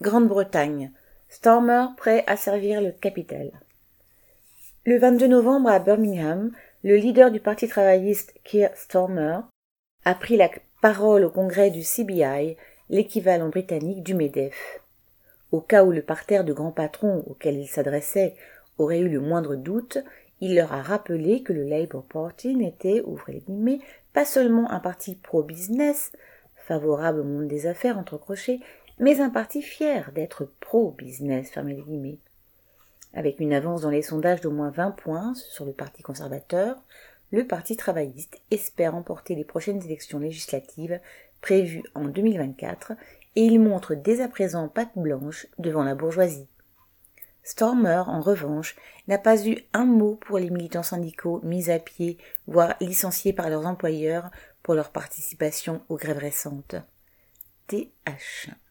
Grande-Bretagne. Starmer prêt à servir le capital. Le 22 novembre à Birmingham, le leader du Parti travailliste Keir Starmer a pris la parole au congrès du CBI, l'équivalent britannique du MEDEF. Au cas où le parterre de grands patrons auquel il s'adressait aurait eu le moindre doute, il leur a rappelé que le Labour Party n'était, ouvrez les guillemets, pas seulement un parti pro-business, favorable au monde des affaires, entre crochets, mais un parti fier d'être pro-business, fermez les guillemets. Avec une avance dans les sondages d'au moins 20 points sur le Parti conservateur, le Parti travailliste espère emporter les prochaines élections législatives prévues en 2024 et il montre dès à présent patte blanche devant la bourgeoisie. Starmer, en revanche, n'a pas eu un mot pour les militants syndicaux mis à pied, voire licenciés par leurs employeurs pour leur participation aux grèves récentes. TH.